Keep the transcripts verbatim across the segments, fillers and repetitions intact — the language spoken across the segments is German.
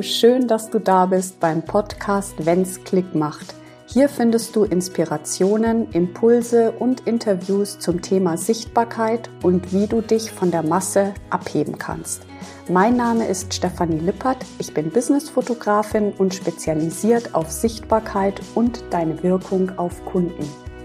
schön, dass du da bist beim Podcast Wenn's Klick macht. Hier findest du Inspirationen, Impulse und Interviews zum Thema Sichtbarkeit und wie du dich von der Masse abheben kannst. Mein Name ist Stefanie Lippert, ich bin Businessfotografin und spezialisiert auf Sichtbarkeit und deine Wirkung auf Kunden.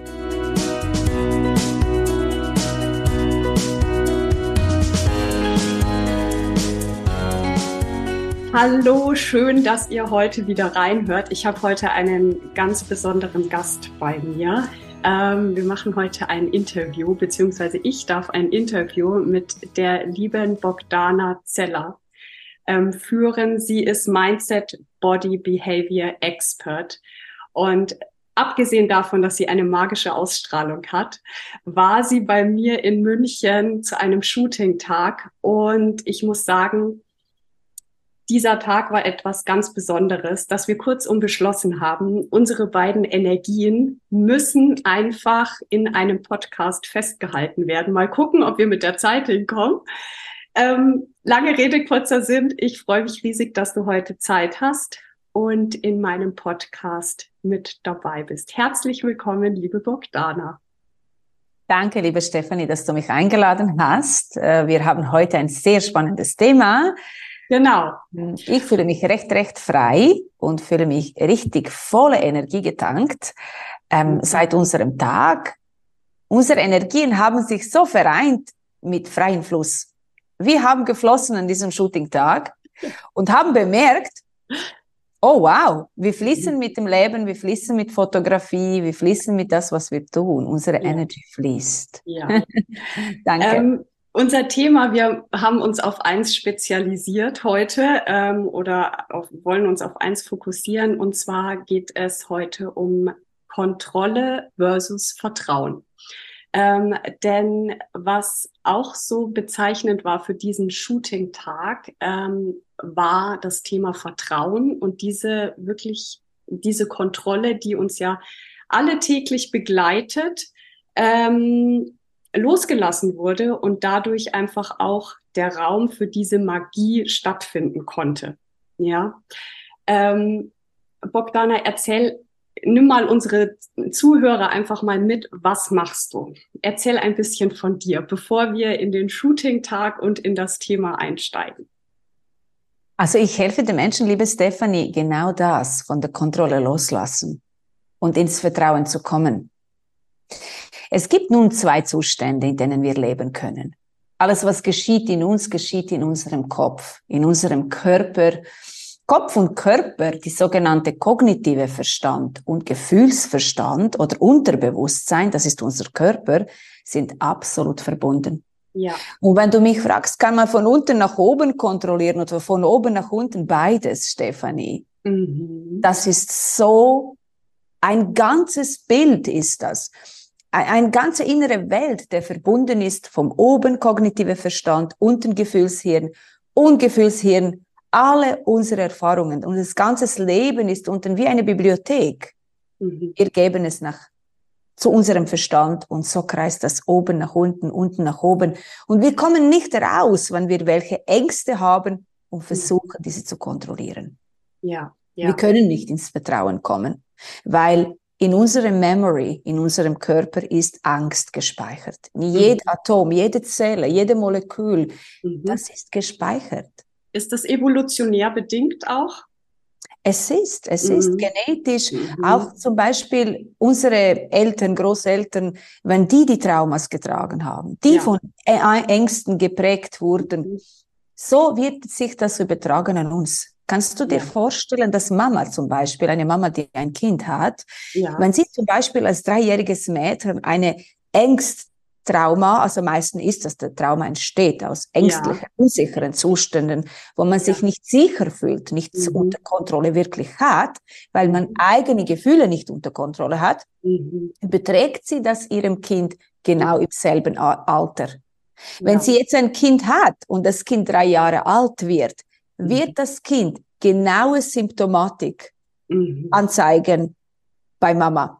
Hallo, schön, dass ihr heute wieder reinhört. Ich habe heute einen ganz besonderen Gast bei mir. Ähm, wir machen heute ein Interview, beziehungsweise ich darf ein Interview mit der lieben Bogdana Zeller ähm, führen. Sie ist Mindset Body Behavior Expert und abgesehen davon, dass sie eine magische Ausstrahlung hat, war sie bei mir in München zu einem Shooting-Tag und ich muss sagen, dieser Tag war etwas ganz Besonderes, dass wir kurzum beschlossen haben, unsere beiden Energien müssen einfach in einem Podcast festgehalten werden. Mal gucken, ob wir mit der Zeit hinkommen. Ähm, lange Rede, kurzer Sinn. Ich freue mich riesig, dass du heute Zeit hast und in meinem Podcast mit dabei bist. Herzlich willkommen, liebe Bogdana. Danke, liebe Stefanie, dass du mich eingeladen hast. Wir haben heute ein sehr spannendes Thema. Genau. Ich fühle mich recht, recht frei und fühle mich richtig voller Energie getankt ähm, seit unserem Tag. Unsere Energien haben sich so vereint mit freiem Fluss. Wir haben geflossen an diesem Shooting-Tag und haben bemerkt, oh wow, wir fließen mit dem Leben, wir fließen mit Fotografie, wir fließen mit das, was wir tun. Unsere ja. Energie fließt. Ja. Danke. Ähm, Unser Thema, wir haben uns auf eins spezialisiert heute ähm, oder auf, wollen uns auf eins fokussieren. Und zwar geht es heute um Kontrolle versus Vertrauen. Ähm, denn was auch so bezeichnend war für diesen Shooting-Tag, ähm, war das Thema Vertrauen und diese wirklich, diese Kontrolle, die uns ja alle täglich begleitet, ähm, losgelassen wurde und dadurch einfach auch der Raum für diese Magie stattfinden konnte. Ja, ähm, Bogdana, erzähl, nimm mal unsere Zuhörer einfach mal mit, was machst du? Erzähl ein bisschen von dir, bevor wir in den Shooting-Tag und in das Thema einsteigen. Also ich helfe den Menschen, liebe Stefanie, genau das, von der Kontrolle loslassen und ins Vertrauen zu kommen. Es gibt nun zwei Zustände, in denen wir leben können. Alles, was geschieht in uns, geschieht in unserem Kopf, in unserem Körper. Kopf und Körper, die sogenannte kognitive Verstand und Gefühlsverstand oder Unterbewusstsein, das ist unser Körper, sind absolut verbunden. Ja. Und wenn du mich fragst, kann man von unten nach oben kontrollieren oder von oben nach unten? Beides, Stefanie. Mhm. Das ist so, ein ganzes Bild ist das. Eine ganze innere Welt, der verbunden ist vom oben kognitive Verstand, unten Gefühlshirn und Gefühlshirn, alle unsere Erfahrungen. Und das ganze Leben ist unten wie eine Bibliothek. Mhm. Wir geben es nach, zu unserem Verstand und so kreist das oben nach unten, unten nach oben. Und wir kommen nicht raus, wenn wir welche Ängste haben und versuchen, diese zu kontrollieren. Ja, ja. Wir können nicht ins Vertrauen kommen, weil in unserem Memory, in unserem Körper ist Angst gespeichert. Jed mhm. Atom, jede Zelle, jede Molekül, mhm. das ist gespeichert. Ist das evolutionär bedingt auch? Es ist, es mhm. ist genetisch. Mhm. Auch zum Beispiel unsere Eltern, Großeltern, wenn die die Traumas getragen haben, die ja. von Ängsten geprägt wurden, mhm. so wird sich das übertragen an uns. Kannst du dir ja. vorstellen, dass Mama zum Beispiel, eine Mama, die ein Kind hat, ja. wenn sie zum Beispiel als dreijähriges Mädchen eine Ängsttrauma, also meistens ist das, der Trauma entsteht aus ängstlichen, ja. unsicheren Zuständen, wo man ja. sich nicht sicher fühlt, nichts mhm. unter Kontrolle wirklich hat, weil man mhm. eigene Gefühle nicht unter Kontrolle hat, mhm. überträgt sie das ihrem Kind genau im selben Alter. Ja. Wenn sie jetzt ein Kind hat und das Kind drei Jahre alt wird, wird das Kind genaue Symptomatik mhm. anzeigen bei Mama.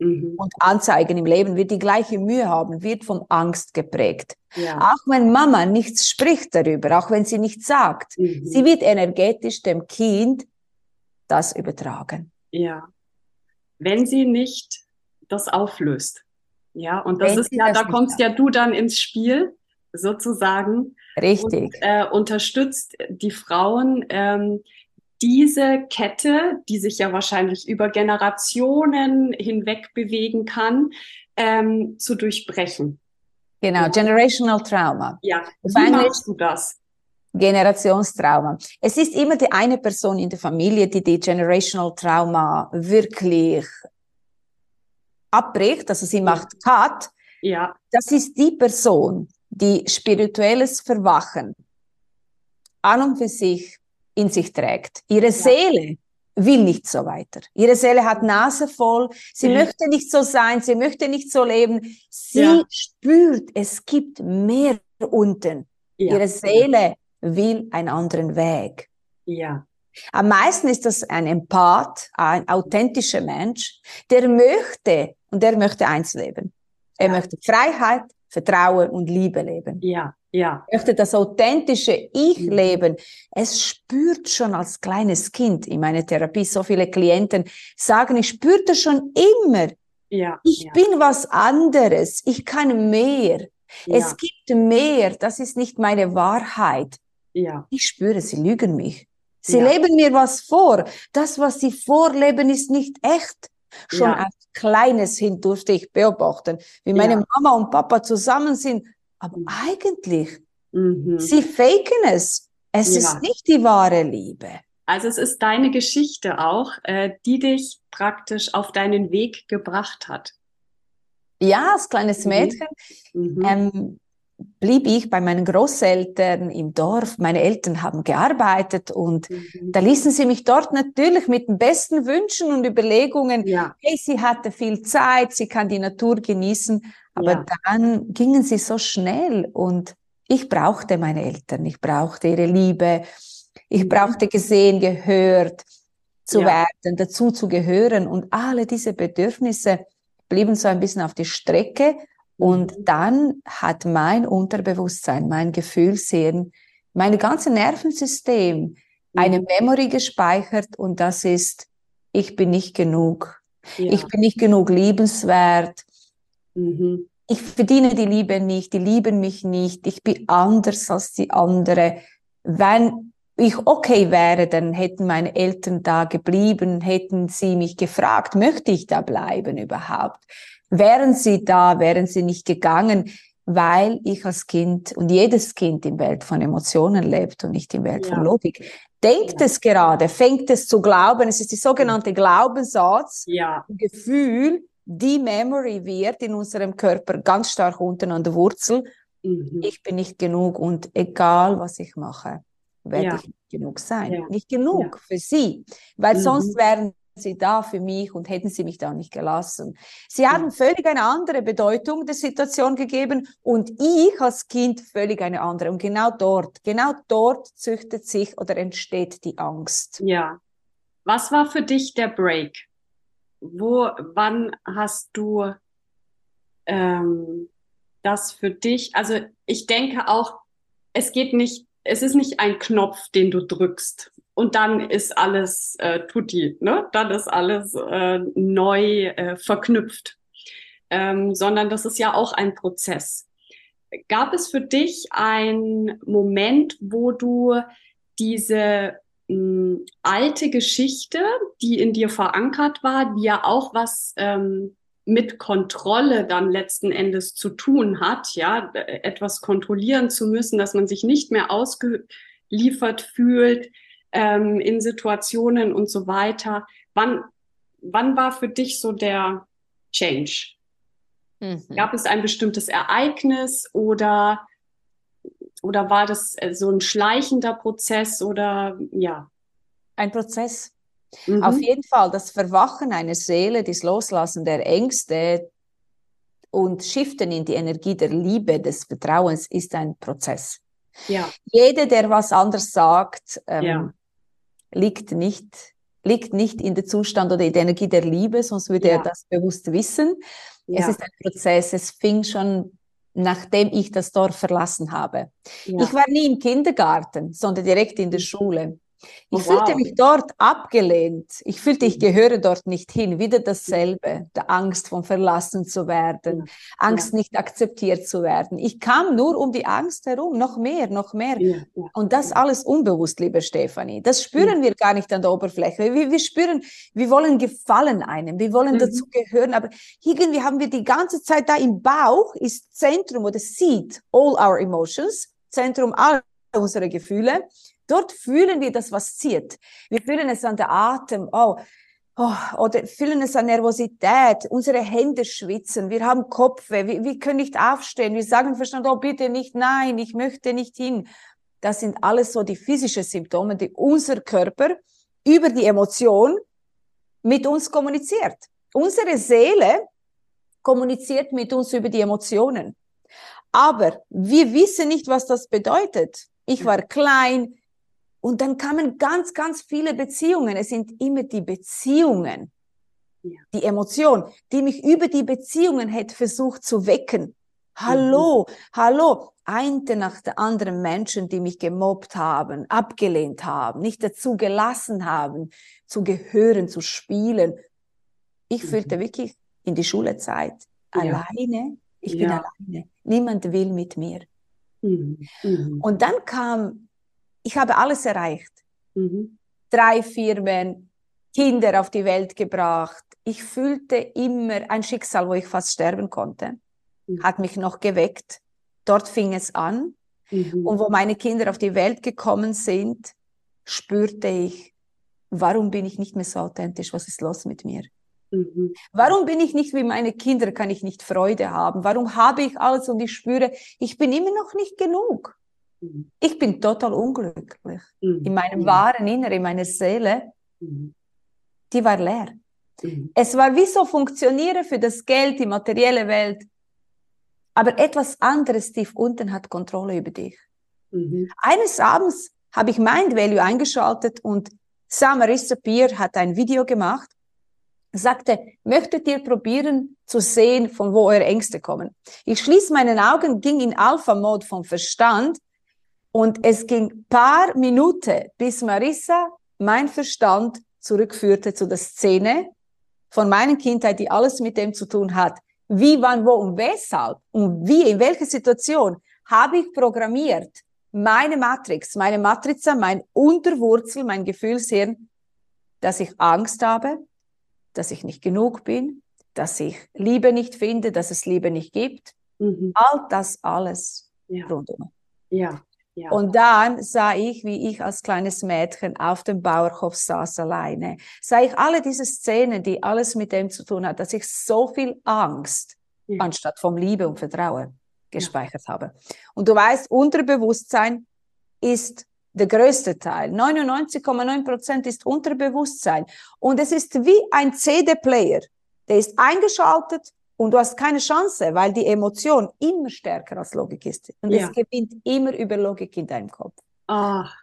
Mhm. und anzeigen im Leben, wird die gleiche Mühe haben, wird von Angst geprägt. Ja. Auch wenn Mama nichts spricht darüber, auch wenn sie nichts sagt, Mhm. sie wird energetisch dem Kind das übertragen. Ja. Wenn sie nicht das auflöst. Ja, und das Wenn ist sie ja, das da nicht kommst sagt. ja du dann ins Spiel, sozusagen. Richtig. Und äh, unterstützt die Frauen, ähm, diese Kette, die sich ja wahrscheinlich über Generationen hinweg bewegen kann, ähm, zu durchbrechen. Genau, Ja. Generational Trauma. Ja, Auf wie Englisch machst du das? Generationstrauma. Es ist immer die eine Person in der Familie, die die Generational Trauma wirklich abbricht, also sie Ja. macht Cut. Ja, Das ist die Person, die spirituelles Verwachen an und für sich in sich trägt. Ihre ja. Seele will nicht so weiter. Ihre Seele hat Nase voll. Sie möchte nicht so sein. Sie möchte nicht so leben. Sie Ja. spürt, es gibt mehr unten. Ja. Ihre Seele will einen anderen Weg. Ja. Am meisten ist das ein Empath, ein authentischer Mensch, der möchte, und der möchte eins leben. Er Ja. möchte Freiheit, Vertrauen und Liebe leben. Ja, ja. Er möchte das authentische Ich Mhm. leben. Es spürt schon als kleines Kind in meiner Therapie. So viele Klienten sagen, ich spürte schon immer, Ja. ich Ja. bin was anderes. Ich kann mehr. Ja. Es gibt mehr. Das ist nicht meine Wahrheit. Ja. Ich spüre, sie lügen mich. Sie Ja. leben mir was vor. Das, was sie vorleben, ist nicht echt. Schon Ja. als kleines Kind durfte ich beobachten, wie meine Ja. Mama und Papa zusammen sind. Aber Mhm. eigentlich, Mhm. sie faken es. Es Ja. ist nicht die wahre Liebe. Also es ist deine Geschichte auch, äh, die dich praktisch auf deinen Weg gebracht hat. Ja, als kleines Mhm. Mädchen Mhm. ähm, blieb ich bei meinen Großeltern im Dorf. Meine Eltern haben gearbeitet und Mhm. da ließen sie mich dort natürlich mit den besten Wünschen und Überlegungen. Ja. Hey, sie hatte viel Zeit, sie kann die Natur genießen. Aber Ja. dann gingen sie so schnell und ich brauchte meine Eltern. Ich brauchte ihre Liebe. Ich Mhm. brauchte gesehen, gehört zu Ja. werden, dazu zu gehören. Und alle diese Bedürfnisse blieben so ein bisschen auf die Strecke. Und Mhm. dann hat mein Unterbewusstsein, mein Gefühlssinn, mein ganzes Nervensystem eine Mhm. Memory gespeichert und das ist, ich bin nicht genug. Ja. Ich bin nicht genug liebenswert. Mhm. Ich verdiene die Liebe nicht, die lieben mich nicht. Ich bin anders als die andere. Wenn ich okay wäre, dann hätten meine Eltern da geblieben, hätten sie mich gefragt, möchte ich da bleiben überhaupt? Wären sie da, wären sie nicht gegangen, weil ich als Kind und jedes Kind in Welt von Emotionen lebt und nicht in Welt Ja. von Logik. Denkt Ja. es gerade, fängt es zu glauben, es ist die sogenannte Glaubenssatz, Ja. Gefühl, die Memory wird in unserem Körper ganz stark unten an der Wurzel. Mhm. Ich bin nicht genug und egal was ich mache, werde Ja. ich nicht genug sein. Ja. Nicht Ja. genug für sie, weil Mhm. sonst wären sie da für mich und hätten sie mich da nicht gelassen. Sie haben Ja. völlig eine andere Bedeutung der Situation gegeben und ich als Kind völlig eine andere. Und genau dort, genau dort züchtet sich oder entsteht die Angst. Ja. Was war für dich der Break? Wo, wann hast du ähm, das für dich? Also ich denke auch, es geht nicht, es ist nicht ein Knopf, den du drückst und dann ist alles äh, tutti, ne? Dann ist alles äh, neu äh, verknüpft, ähm, sondern das ist ja auch ein Prozess. Gab es für dich einen Moment, wo du diese mh, alte Geschichte, die in dir verankert war, die ja auch was ähm, mit Kontrolle dann letzten Endes zu tun hat, ja, etwas kontrollieren zu müssen, dass man sich nicht mehr ausgeliefert fühlt ähm, in Situationen und so weiter. Wann, wann war für dich so der Change? Mhm. Gab es ein bestimmtes Ereignis oder, oder war das so ein schleichender Prozess oder ja? Ein Prozess. Mhm. Auf jeden Fall das Verwachen einer Seele, das Loslassen der Ängste und Shiften in die Energie der Liebe, des Vertrauens ist ein Prozess. Ja. Jeder, der was anderes sagt, ähm, Ja. liegt nicht liegt nicht in der Zustand oder in der Energie der Liebe, sonst würde Ja. er das bewusst wissen. Ja. Es ist ein Prozess, es fing schon, nachdem ich das Dorf verlassen habe. Ja. Ich war nie im Kindergarten, sondern direkt in der Schule. Ich Oh, fühlte wow. mich dort abgelehnt. Ich fühlte, ich Mhm. gehöre dort nicht hin. Wieder dasselbe. Der Angst, von verlassen zu werden. Ja. Angst, Ja. nicht akzeptiert zu werden. Ich kam nur um die Angst herum. Noch mehr, noch mehr. Ja. Ja. Und das Ja. alles unbewusst, liebe Stefanie. Das spüren wir gar nicht an der Oberfläche. Wir, wir spüren, wir wollen gefallen einem. Wir wollen Mhm. dazu gehören. Aber irgendwie haben wir die ganze Zeit da im Bauch ist Zentrum oder Seat, all our emotions, Zentrum all unserer Gefühle. Dort fühlen wir das, was zieht. Wir fühlen es an der Atem, oh, oh, oder fühlen es an Nervosität. Unsere Hände schwitzen. Wir haben Kopfweh. Wir, wir können nicht aufstehen. Wir sagen Verstand, oh, bitte nicht, nein, ich möchte nicht hin. Das sind alles so die physischen Symptome, die unser Körper über die Emotion mit uns kommuniziert. Unsere Seele kommuniziert mit uns über die Emotionen. Aber wir wissen nicht, was das bedeutet. Ich war klein und dann kamen ganz, ganz viele Beziehungen. Es sind immer die Beziehungen, Ja. die Emotion, die mich über die Beziehungen hätte versucht zu wecken. Hallo, mhm. hallo, eine nach der anderen Menschen, die mich gemobbt haben, abgelehnt haben, nicht dazu gelassen haben, zu gehören, zu spielen. Ich mhm. fühlte wirklich in die Schulezeit ja. alleine. Ich ja. bin alleine. Niemand will mit mir. Mhm. Mhm. Und dann kam, ich habe alles erreicht. Mhm. Drei Firmen, Kinder auf die Welt gebracht. Ich fühlte immer ein Schicksal, wo ich fast sterben konnte. Mhm. Hat mich noch geweckt. Dort fing es an. Mhm. Und wo meine Kinder auf die Welt gekommen sind, spürte ich, warum bin ich nicht mehr so authentisch? Was ist los mit mir? Mhm. Warum bin ich nicht wie meine Kinder? Kann ich nicht Freude haben? Warum habe ich alles und ich spüre, ich bin immer noch nicht genug? Mhm. Ich bin total unglücklich. Mhm. In meinem mhm. wahren Inneren, in meiner Seele, mhm. die war leer. Mhm. Es war wie so funktionieren für das Geld, die materielle Welt. Aber etwas anderes tief unten hat Kontrolle über dich. Mhm. Eines Abends habe ich Mind Value eingeschaltet und Samarissa Peer hat ein Video gemacht. Er sagte, möchtet ihr probieren zu sehen, von wo eure Ängste kommen? Ich schließe meine Augen, ging in Alpha-Mode vom Verstand und es ging paar Minuten, bis Marissa mein Verstand zurückführte zu der Szene von meiner Kindheit, die alles mit dem zu tun hat. Wie, wann, wo und weshalb und wie, in welcher Situation habe ich programmiert meine Matrix, meine Matriza, mein Unterwurzel, mein Gefühlshirn, dass ich Angst habe, dass ich nicht genug bin, dass ich Liebe nicht finde, dass es Liebe nicht gibt. Mhm. All das alles ja. rundum. Ja. Ja. Und dann sah ich, wie ich als kleines Mädchen auf dem Bauernhof saß alleine. Sah ich alle diese Szenen, die alles mit dem zu tun hat, dass ich so viel Angst ja. anstatt von Liebe und Vertrauen gespeichert ja. habe. Und du weißt, Unterbewusstsein ist der größte Teil. neunundneunzig Komma neun Prozent ist Unterbewusstsein. Und es ist wie ein C D-Player. Der ist eingeschaltet und du hast keine Chance, weil die Emotion immer stärker als Logik ist. Und ja. es gewinnt immer über Logik in deinem Kopf. Ach.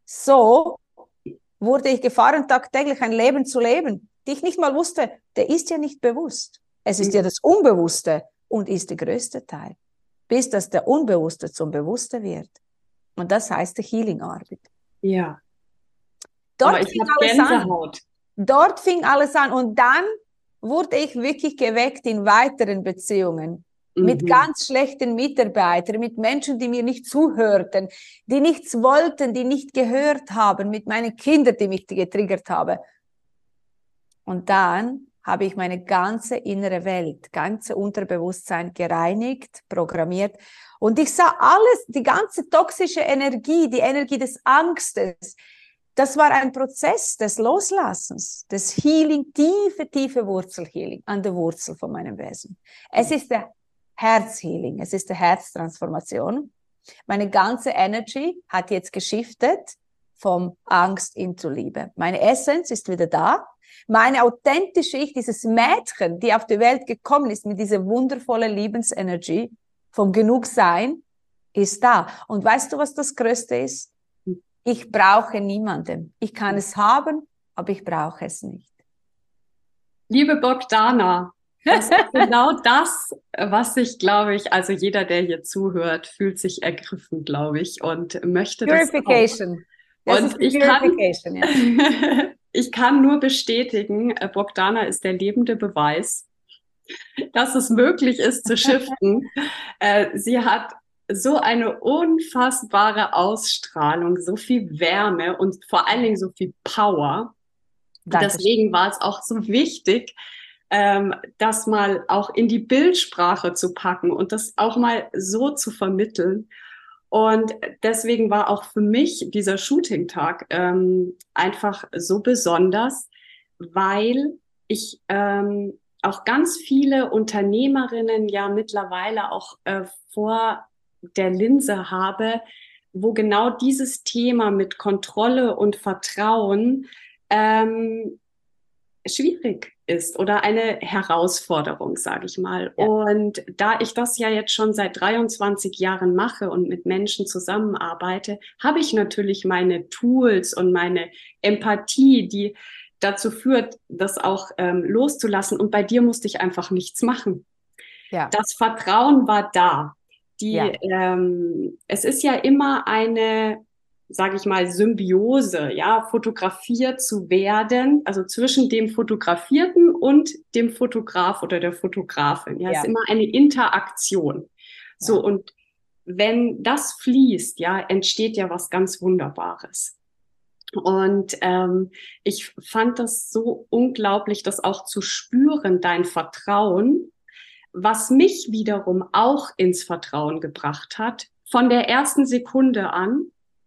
So wurde ich gefahren, tagtäglich ein Leben zu leben, die ich nicht mal wusste, der ist ja nicht bewusst. Es ist mhm. ja das Unbewusste und ist der größte Teil. Bis das der Unbewusste zum Bewusste wird. Und das heißt die Healing-Arbeit. Ja. Dort Aber ich fing habe alles Gänsehaut. an. Dort fing alles an. Und dann wurde ich wirklich geweckt in weiteren Beziehungen. Mhm. Mit ganz schlechten Mitarbeitern, mit Menschen, die mir nicht zuhörten, die nichts wollten, die nicht gehört haben, mit meinen Kindern, die mich getriggert haben. Und dann habe ich meine ganze innere Welt, ganze Unterbewusstsein gereinigt, programmiert. Und ich sah alles, die ganze toxische Energie, die Energie des Angstes. Das war ein Prozess des Loslassens, des Healing, tiefe, tiefe Wurzelhealing an der Wurzel von meinem Wesen. Es ist der Herzhealing, es ist der Herztransformation. Meine ganze Energy hat jetzt geschiftet vom Angst into Liebe. Meine Essenz ist wieder da. Meine authentische Ich, dieses Mädchen, die auf die Welt gekommen ist mit dieser wundervollen Lebensenergie vom Genugsein, ist da. Und weißt du, was das Größte ist? Ich brauche niemanden. Ich kann es haben, aber ich brauche es nicht. Liebe Bogdana, das ist genau das, was ich, glaube ich, also jeder, der hier zuhört, fühlt sich ergriffen, glaube ich, und möchte Purification. das auch. Das Und ist ich kann, Purification, ja. ich kann nur bestätigen, Bogdana ist der lebende Beweis, dass es möglich ist zu shiften. Äh, sie hat so eine unfassbare Ausstrahlung, so viel Wärme und vor allen Dingen so viel Power. Dankeschön. Deswegen war es auch so wichtig, ähm, das mal auch in die Bildsprache zu packen und das auch mal so zu vermitteln. Und deswegen war auch für mich dieser Shooting-Tag ähm, einfach so besonders, weil ich ähm, auch ganz viele Unternehmerinnen ja mittlerweile auch äh, vor der Linse habe, wo genau dieses Thema mit Kontrolle und Vertrauen ähm, schwierig ist oder eine Herausforderung, sage ich mal. Ja. Und da ich das ja jetzt schon seit dreiundzwanzig Jahren mache und mit Menschen zusammenarbeite, habe ich natürlich meine Tools und meine Empathie, die dazu führt, das auch ähm, loszulassen. Und bei dir musste ich einfach nichts machen. Ja. Das Vertrauen war da. Die, Ja. ähm, es ist ja immer eine, sage ich mal, Symbiose, ja, fotografiert zu werden, also zwischen dem Fotografierten und dem Fotograf oder der Fotografin. Ja, es Ja. ist immer eine Interaktion. So, Ja. und wenn das fließt, ja, entsteht ja was ganz Wunderbares. Und ähm, ich fand das so unglaublich, das auch zu spüren, dein Vertrauen, was mich wiederum auch ins Vertrauen gebracht hat, von der ersten Sekunde an.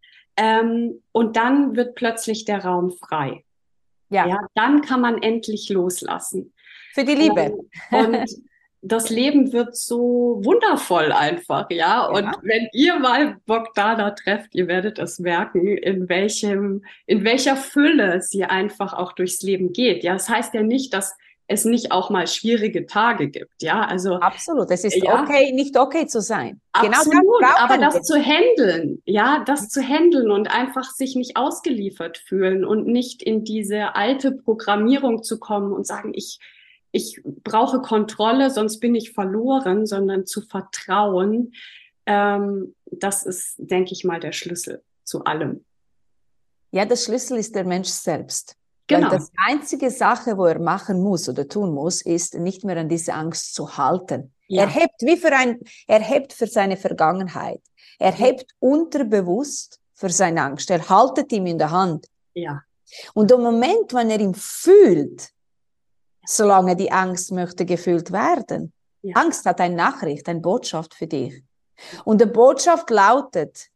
Ähm, und dann wird plötzlich der Raum frei. Ja. Ja, dann kann man endlich loslassen. Für die Liebe. Ähm, und das Leben wird so wundervoll einfach, ja. Und Ja. wenn ihr mal Bogdana trefft, ihr werdet es merken, in welchem, in welcher Fülle sie einfach auch durchs Leben geht. Ja, das heißt ja nicht, dass es nicht auch mal schwierige Tage gibt, ja. Also Absolut. Es ist ja, okay, nicht okay zu sein. absolut, Genau das aber brauchen das wir. zu handeln, ja, das zu handeln und einfach sich nicht ausgeliefert fühlen und nicht in diese alte Programmierung zu kommen und sagen, ich, ich brauche Kontrolle, sonst bin ich verloren, sondern zu vertrauen, ähm, das ist, denke ich mal, der Schlüssel zu allem. Ja, der Schlüssel ist der Mensch selbst. Genau. Weil das einzige Sache, wo er machen muss oder tun muss, ist nicht mehr an diese Angst zu halten. Ja. Er hebt wie für ein, er hebt für seine Vergangenheit. Er hebt unterbewusst für seine Angst. Er haltet ihm in der Hand. Ja. Und im Moment, wenn er ihn fühlt, solange die Angst möchte gefühlt werden. Ja. Angst hat eine Nachricht, eine Botschaft für dich. Und die Botschaft lautet,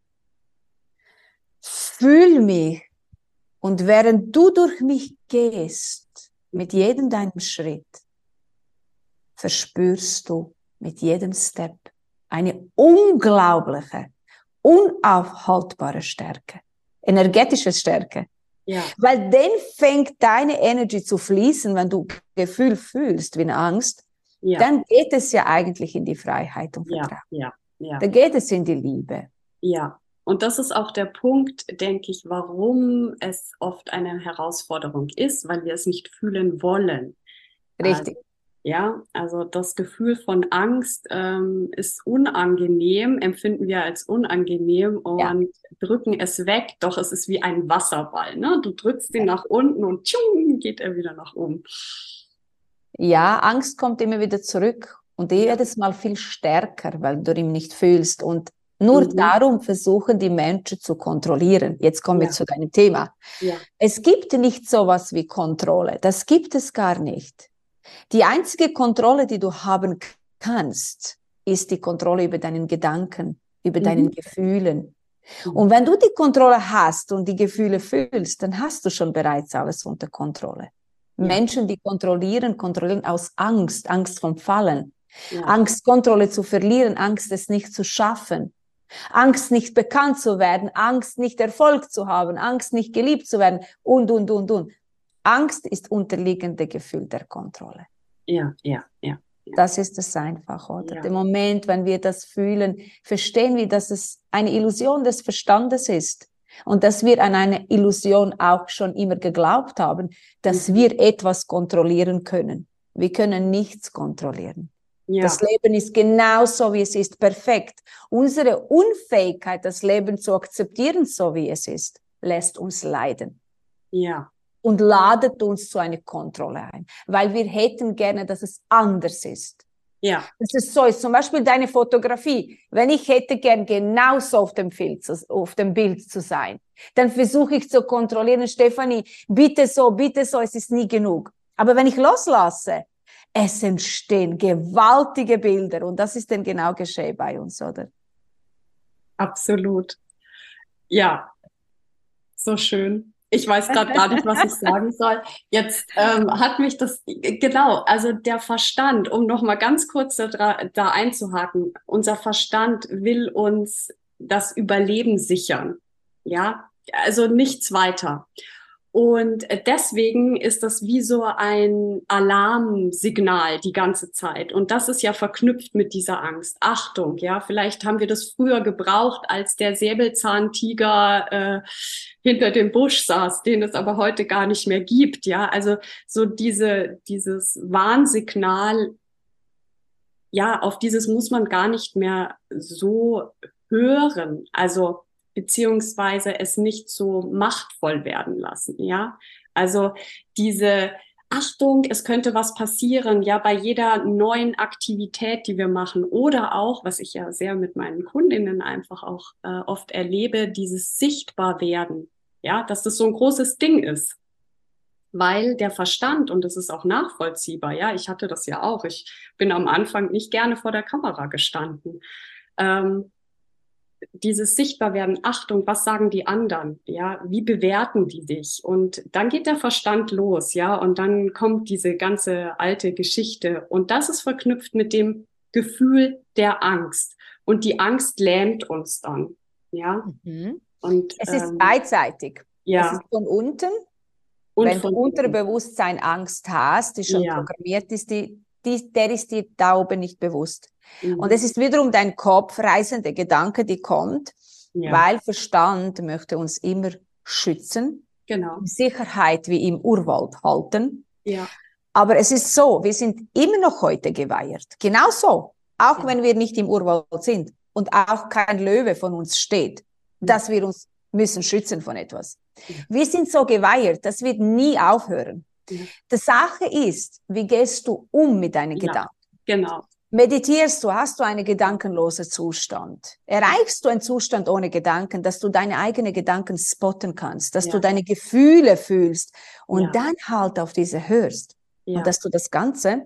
fühl mich. Und während du durch mich gehst, mit jedem deinem Schritt, verspürst du mit jedem Step eine unglaubliche, unaufhaltbare Stärke, energetische Stärke. Ja. Weil dann fängt deine Energie zu fließen, wenn du Gefühl fühlst wie eine Angst, Ja. dann geht es ja eigentlich in die Freiheit und Vertrauen. Ja. Ja. Ja. Dann geht es in die Liebe. Ja. Und das ist auch der Punkt, denke ich, warum es oft eine Herausforderung ist, weil wir es nicht fühlen wollen. Richtig. Also, ja, also das Gefühl von Angst ähm, ist unangenehm, empfinden wir als unangenehm und Ja. drücken es weg. Doch es ist wie ein Wasserball, ne? Du drückst ihn nach unten und tschung, geht er wieder nach oben. Ja, Angst kommt immer wieder zurück und jedes Mal viel stärker, weil du ihn nicht fühlst. Und nur Mhm. darum versuchen die Menschen zu kontrollieren. Jetzt kommen Ja. wir zu deinem Thema. Ja. Es gibt nicht sowas wie Kontrolle. Das gibt es gar nicht. Die einzige Kontrolle, die du haben kannst, ist die Kontrolle über deinen Gedanken, über Mhm. deinen Gefühlen. Mhm. Und wenn du die Kontrolle hast und die Gefühle fühlst, dann hast du schon bereits alles unter Kontrolle. Ja. Menschen, die kontrollieren, kontrollieren aus Angst, Angst vom Fallen, Ja. Angst, Kontrolle zu verlieren, Angst, es nicht zu schaffen, Angst, nicht bekannt zu werden, Angst, nicht Erfolg zu haben, Angst, nicht geliebt zu werden und, und, und, und. Angst ist unterliegende Gefühl der Kontrolle. Ja, ja, ja. Das ist es einfach, oder? Ja. Der Moment, wenn wir das fühlen, verstehen wir, dass es eine Illusion des Verstandes ist. Und dass wir an eine Illusion auch schon immer geglaubt haben, dass Mhm. wir etwas kontrollieren können. Wir können nichts kontrollieren. Ja. Das Leben ist genauso, wie es ist, perfekt. Unsere Unfähigkeit, das Leben zu akzeptieren, so wie es ist, lässt uns leiden. Ja. Und ladet uns zu einer Kontrolle ein, weil wir hätten gerne, dass es anders ist. Ja. Dass es so ist. Zum Beispiel deine Fotografie. Wenn ich hätte gern genauso auf dem Bild zu, auf dem Bild zu sein, dann versuche ich zu kontrollieren, Stefanie, bitte so, bitte so, es ist nie genug. Aber wenn ich loslasse, es entstehen gewaltige Bilder und das ist dann genau geschehen bei uns, oder? Absolut. Ja, so schön. Ich weiß gerade gar nicht, was ich sagen soll. Jetzt ähm, hat mich das, genau, also der Verstand, um noch mal ganz kurz da, da einzuhaken, unser Verstand will uns das Überleben sichern. Ja, also nichts weiter. Und deswegen ist das wie so ein Alarmsignal die ganze Zeit. Und das ist ja verknüpft mit dieser Angst. Achtung, ja, vielleicht haben wir das früher gebraucht, als der Säbelzahntiger äh, hinter dem Busch saß, den es aber heute gar nicht mehr gibt. Ja, also so diese, dieses Warnsignal, ja, auf dieses muss man gar nicht mehr so hören. Also beziehungsweise es nicht so machtvoll werden lassen, ja. Also diese Achtung, es könnte was passieren, ja, bei jeder neuen Aktivität, die wir machen oder auch, was ich ja sehr mit meinen Kundinnen einfach auch äh, oft erlebe, dieses Sichtbarwerden, ja, dass das so ein großes Ding ist. Weil der Verstand, und das ist auch nachvollziehbar, ja, ich hatte das ja auch, ich bin am Anfang nicht gerne vor der Kamera gestanden. Ähm, dieses Sichtbarwerden, Achtung, was sagen die anderen, ja, wie bewerten die dich? Und dann geht der Verstand los, ja, und dann kommt diese ganze alte Geschichte und das ist verknüpft mit dem Gefühl der Angst und die Angst lähmt uns dann, ja. Mhm. Und es ist ähm, beidseitig. ja. Es ist von unten, und wenn von du Unterbewusstsein Angst hast, die schon ja. programmiert ist, die, die, der ist dir da oben nicht bewusst. Mhm. Und es ist wiederum dein Kopf, reisende Gedanke, die kommt, Ja. weil Verstand möchte uns immer schützen, Genau. Sicherheit wie im Urwald halten. Ja. Aber es ist so, wir sind immer noch heute geweiht. Genauso, auch ja. wenn wir nicht im Urwald sind und auch kein Löwe von uns steht, ja. dass wir uns müssen schützen von etwas. Ja. Wir sind so geweiht, das wird nie aufhören. Ja. Die Sache ist, wie gehst du um mit deinen ja. Gedanken? Genau. Meditierst du, hast du einen gedankenlosen Zustand? Erreichst du einen Zustand ohne Gedanken, dass du deine eigenen Gedanken spotten kannst, dass ja. du deine Gefühle fühlst und ja. dann halt auf diese hörst ja. und dass du das Ganze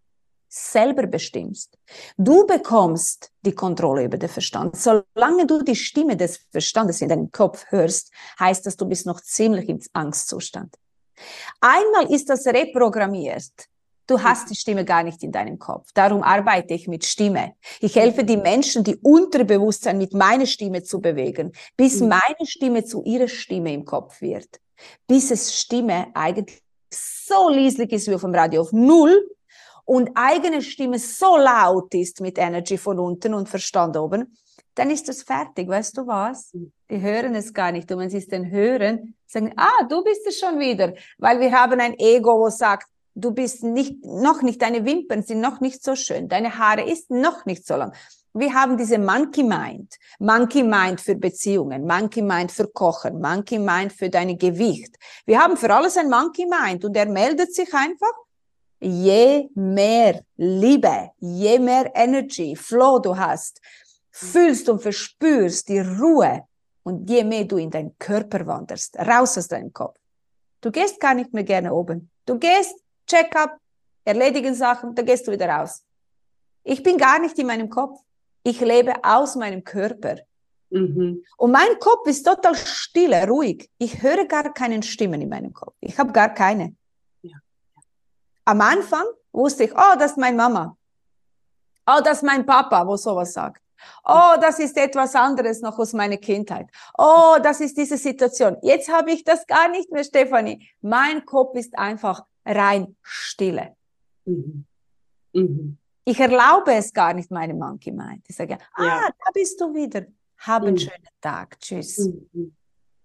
selber bestimmst. Du bekommst die Kontrolle über den Verstand. Solange du die Stimme des Verstandes in deinem Kopf hörst, heißt das, du bist noch ziemlich im Angstzustand. Einmal ist das reprogrammiert. Du hast die Stimme gar nicht in deinem Kopf. Darum arbeite ich mit Stimme. Ich helfe die Menschen, die Unterbewusstsein mit meiner Stimme zu bewegen, bis meine Stimme zu ihrer Stimme im Kopf wird. Bis es Stimme eigentlich so leislich ist wie auf dem Radio auf Null und eigene Stimme so laut ist mit Energy von unten und Verstand oben, dann ist das fertig. Weißt du was? Die hören es gar nicht. Und wenn sie es dann hören, sagen, ah, du bist es schon wieder. Weil wir haben ein Ego, wo sagt, du bist nicht, noch nicht, deine Wimpern sind noch nicht so schön, deine Haare ist noch nicht so lang. Wir haben diese Monkey Mind. Monkey Mind für Beziehungen, Monkey Mind für Kochen, Monkey Mind für dein Gewicht. Wir haben für alles ein Monkey Mind und er meldet sich einfach. Je mehr Liebe, je mehr Energy, Flow du hast, fühlst und verspürst die Ruhe und je mehr du in deinen Körper wanderst, raus aus deinem Kopf. Du gehst gar nicht mehr gerne oben. Du gehst Check-up, erledigen Sachen, da gehst du wieder raus. Ich bin gar nicht in meinem Kopf. Ich lebe aus meinem Körper. Mhm. Und mein Kopf ist total still, ruhig. Ich höre gar keine Stimmen in meinem Kopf. Ich habe gar keine. Ja. Am Anfang wusste ich, oh, das ist meine Mama. Oh, das ist mein Papa, wo sowas sagt. Oh, das ist etwas anderes noch aus meiner Kindheit. Oh, das ist diese Situation. Jetzt habe ich das gar nicht mehr, Stefanie. Mein Kopf ist einfach rein Stille. Mhm. Mhm. Ich erlaube es gar nicht meinem Monkey Mind. Ich sage, ah, ja. da bist du wieder. Hab einen mhm. schönen Tag. Tschüss. Mhm.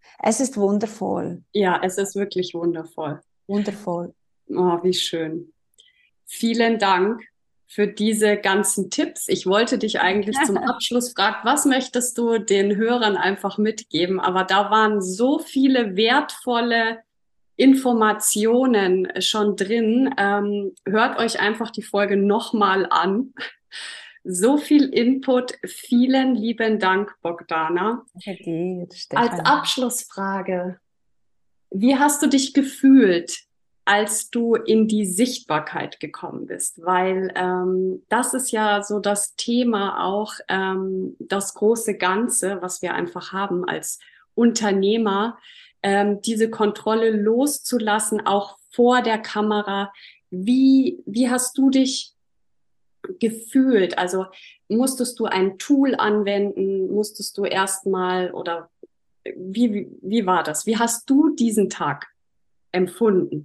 Es ist wundervoll. Ja, es ist wirklich wundervoll. Wundervoll. Oh, wie schön. Vielen Dank für diese ganzen Tipps. Ich wollte dich eigentlich zum Abschluss fragen, was möchtest du den Hörern einfach mitgeben? Aber da waren so viele wertvolle Informationen schon drin. Ähm, hört euch einfach die Folge nochmal an. So viel Input. Vielen lieben Dank, Bogdana. Danke dir, Als Stefanie. Abschlussfrage, wie hast du dich gefühlt, als du in die Sichtbarkeit gekommen bist? Weil ähm, das ist ja so das Thema auch, ähm, das große Ganze, was wir einfach haben als Unternehmer, ähm, diese Kontrolle loszulassen, auch vor der Kamera. Wie, wie hast du dich gefühlt? Also musstest du ein Tool anwenden? Musstest du erstmal oder wie, wie, wie war das? Wie hast du diesen Tag empfunden?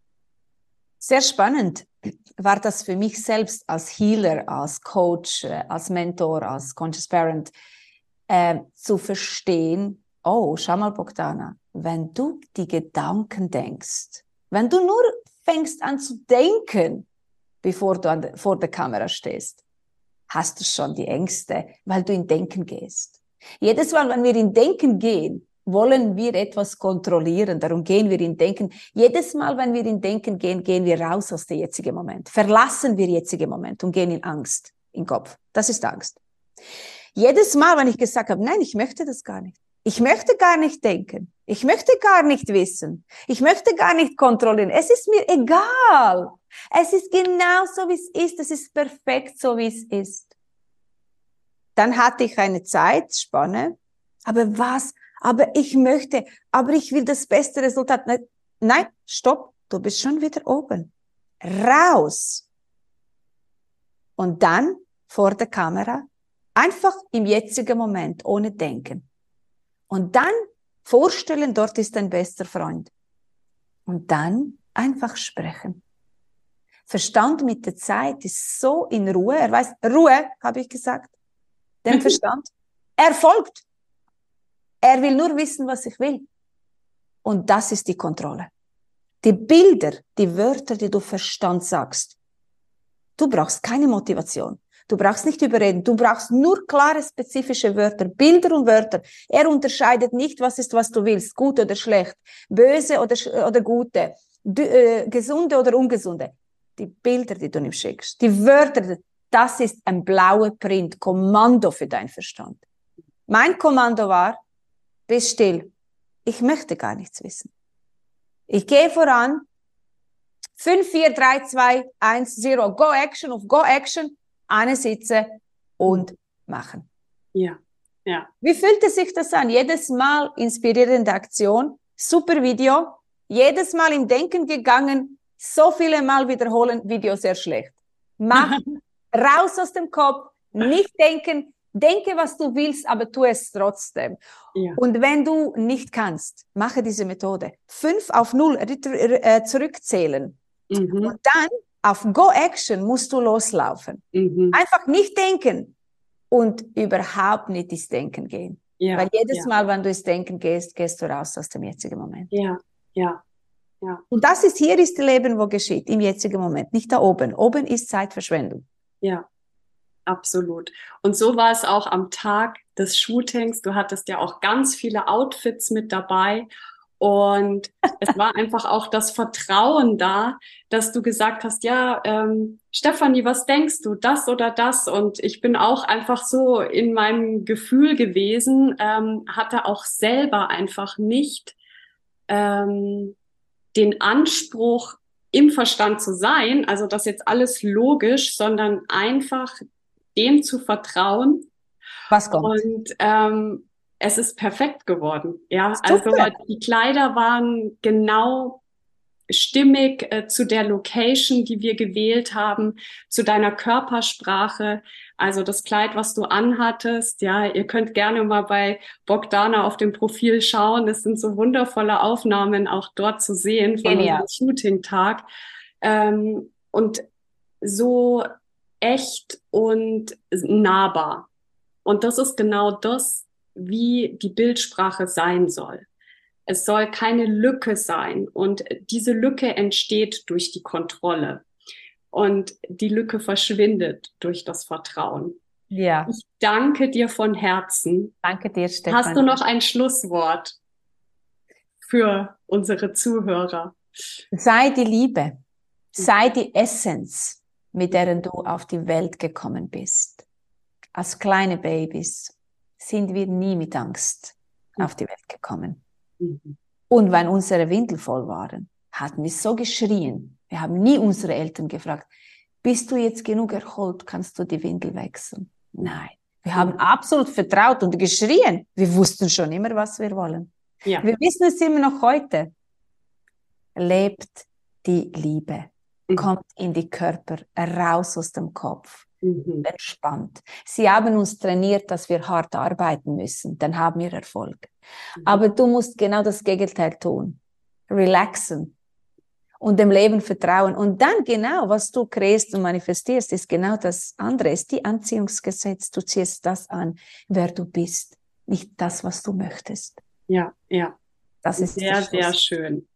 Sehr spannend war das für mich selbst als Healer, als Coach, äh, als Mentor, als Conscious Parent, äh, zu verstehen, oh, schau mal, Bogdana, wenn du die Gedanken denkst, wenn du nur fängst an zu denken, bevor du an de, vor der Kamera stehst, hast du schon die Ängste, weil du in Denken gehst. Jedes Mal, wenn wir in Denken gehen, wollen wir etwas kontrollieren, darum gehen wir in Denken. Jedes Mal, wenn wir in Denken gehen, gehen wir raus aus dem jetzigen Moment, verlassen wir jetzigen Moment und gehen in Angst, in Kopf. Das ist Angst. Jedes Mal, wenn ich gesagt habe, nein, ich möchte das gar nicht. Ich möchte gar nicht denken. Ich möchte gar nicht wissen. Ich möchte gar nicht kontrollieren. Es ist mir egal. Es ist genau so, wie es ist. Es ist perfekt so, wie es ist. Dann hatte ich eine Zeitspanne. Aber was? Aber ich möchte, aber ich will das beste Resultat. Nein, stopp, du bist schon wieder oben. Raus. Und dann vor der Kamera, einfach im jetzigen Moment, ohne Denken. Und dann vorstellen, dort ist dein bester Freund. Und dann einfach sprechen. Verstand mit der Zeit ist so in Ruhe. Er weiß, Ruhe, habe ich gesagt. Den Verstand. Er folgt. Er will nur wissen, was ich will. Und das ist die Kontrolle. Die Bilder, die Wörter, die du Verstand sagst. Du brauchst keine Motivation. Du brauchst nicht überreden. Du brauchst nur klare, spezifische Wörter, Bilder und Wörter. Er unterscheidet nicht, was ist, was du willst, gut oder schlecht, böse oder, oder gute, äh, gesunde oder ungesunde. Die Bilder, die du ihm schickst, die Wörter, das ist ein blauer Print, Kommando für deinen Verstand. Mein Kommando war, bist still. Ich möchte gar nichts wissen. Ich gehe voran. fünf, vier, drei, zwei, eins, null. Go Action auf Go Action. Eine Sitze und machen. Ja, ja. Wie fühlte sich das an? Jedes Mal inspirierende Aktion. Super Video. Jedes Mal im Denken gegangen. So viele Mal wiederholen. Video sehr schlecht. Mach raus aus dem Kopf. Nicht denken. Denke, was du willst, aber tu es trotzdem. Ja. Und wenn du nicht kannst, mache diese Methode. Fünf auf null äh, zurückzählen. Mhm. Und dann auf Go Action musst du loslaufen. Mhm. Einfach nicht denken und überhaupt nicht ins Denken gehen. Ja. Weil jedes ja. Mal, wenn du ins Denken gehst, gehst du raus aus dem jetzigen Moment. Ja, ja, ja. Und das ist, hier ist das Leben, wo geschieht, im jetzigen Moment, nicht da oben. Oben ist Zeitverschwendung. Ja. Absolut. Und so war es auch am Tag des Shootings. Du hattest ja auch ganz viele Outfits mit dabei. Und es war einfach auch das Vertrauen da, dass du gesagt hast, ja, ähm, Stefanie, was denkst du, das oder das? Und ich bin auch einfach so in meinem Gefühl gewesen, ähm, hatte auch selber einfach nicht ähm, den Anspruch, im Verstand zu sein, also das jetzt alles logisch, sondern einfach dem zu vertrauen. Was kommt? Und ähm, es ist perfekt geworden. Ja, Super. Also die Kleider waren genau stimmig äh, zu der Location, die wir gewählt haben, zu deiner Körpersprache. Also das Kleid, was du anhattest, ja, ihr könnt gerne mal bei Bogdana auf dem Profil schauen. Es sind so wundervolle Aufnahmen auch dort zu sehen von Genial. unserem Shooting-Tag. Ähm, und so echt und nahbar. Und das ist genau das, wie die Bildsprache sein soll. Es soll keine Lücke sein. Und diese Lücke entsteht durch die Kontrolle. Und die Lücke verschwindet durch das Vertrauen. Ja. Ich danke dir von Herzen. Danke dir, Stefanie. Hast du noch ein Schlusswort für unsere Zuhörer? Sei die Liebe. Sei die Essenz, mit der du auf die Welt gekommen bist. Als kleine Babys sind wir nie mit Angst auf die Welt gekommen. Mhm. Und wenn unsere Windel voll waren, hatten wir so geschrien. Wir haben nie unsere Eltern gefragt, bist du jetzt genug erholt, kannst du die Windel wechseln? Nein. Wir haben mhm. absolut vertraut und geschrien. Wir wussten schon immer, was wir wollen. Ja. Wir wissen es immer noch heute. Lebt die Liebe. Mhm. Kommt in die Körper, raus aus dem Kopf. Mhm. Entspannt. Sie haben uns trainiert, dass wir hart arbeiten müssen. Dann haben wir Erfolg. Mhm. Aber du musst genau das Gegenteil tun. Relaxen. Und dem Leben vertrauen. Und dann genau, was du kreierst und manifestierst, ist genau das andere. Ist die Anziehungsgesetz. Du ziehst das an, wer du bist. Nicht das, was du möchtest. Ja, ja. Das ist sehr, sehr schön.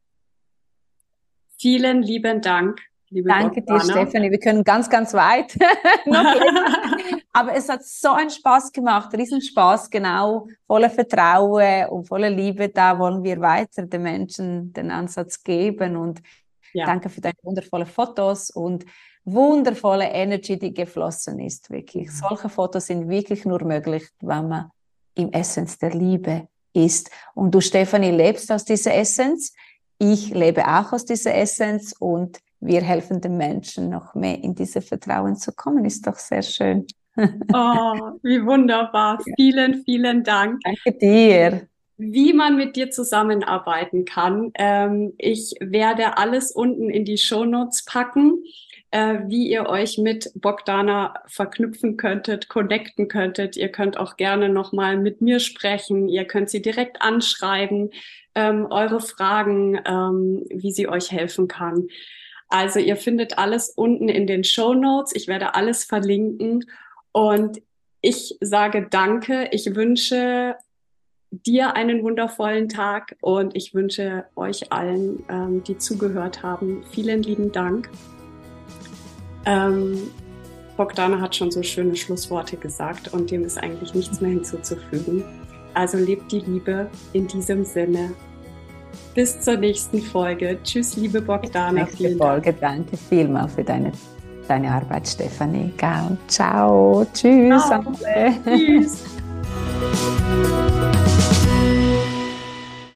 Vielen lieben Dank, liebe Danke Bogdana. dir, Stefanie. Wir können ganz, ganz weit noch leben. Aber es hat so einen Spaß gemacht, riesen Spaß, genau, voller Vertrauen und voller Liebe. Da wollen wir weiter den Menschen den Ansatz geben. Und ja. Danke für deine wundervollen Fotos und wundervolle Energy, die geflossen ist. Wirklich. Mhm. Solche Fotos sind wirklich nur möglich, wenn man im Essenz der Liebe ist. Und du, Stefanie, lebst aus dieser Essenz. Ich lebe auch aus dieser Essenz und wir helfen den Menschen noch mehr in dieses Vertrauen zu kommen. Ist doch sehr schön. Oh, wie wunderbar. Ja. Vielen, vielen Dank. Danke dir. Wie man mit dir zusammenarbeiten kann. Ähm, ich werde alles unten in die Shownotes packen, äh, wie ihr euch mit Bogdana verknüpfen könntet, connecten könntet. Ihr könnt auch gerne nochmal mit mir sprechen. Ihr könnt sie direkt anschreiben, ähm, eure Fragen, ähm, wie sie euch helfen kann. Also ihr findet alles unten in den Shownotes. Ich werde alles verlinken. Und ich sage danke. Ich wünsche dir einen wundervollen Tag und ich wünsche euch allen, ähm, die zugehört haben, vielen lieben Dank. Ähm, Bogdana hat schon so schöne Schlussworte gesagt und dem ist eigentlich nichts mehr hinzuzufügen. Also lebt die Liebe in diesem Sinne. Bis zur nächsten Folge. Tschüss, liebe Bogdana. Nächste Folge. Danke vielmals für deine, deine Arbeit, Stefanie. Ciao. Tschüss. Ciao. Tschüss.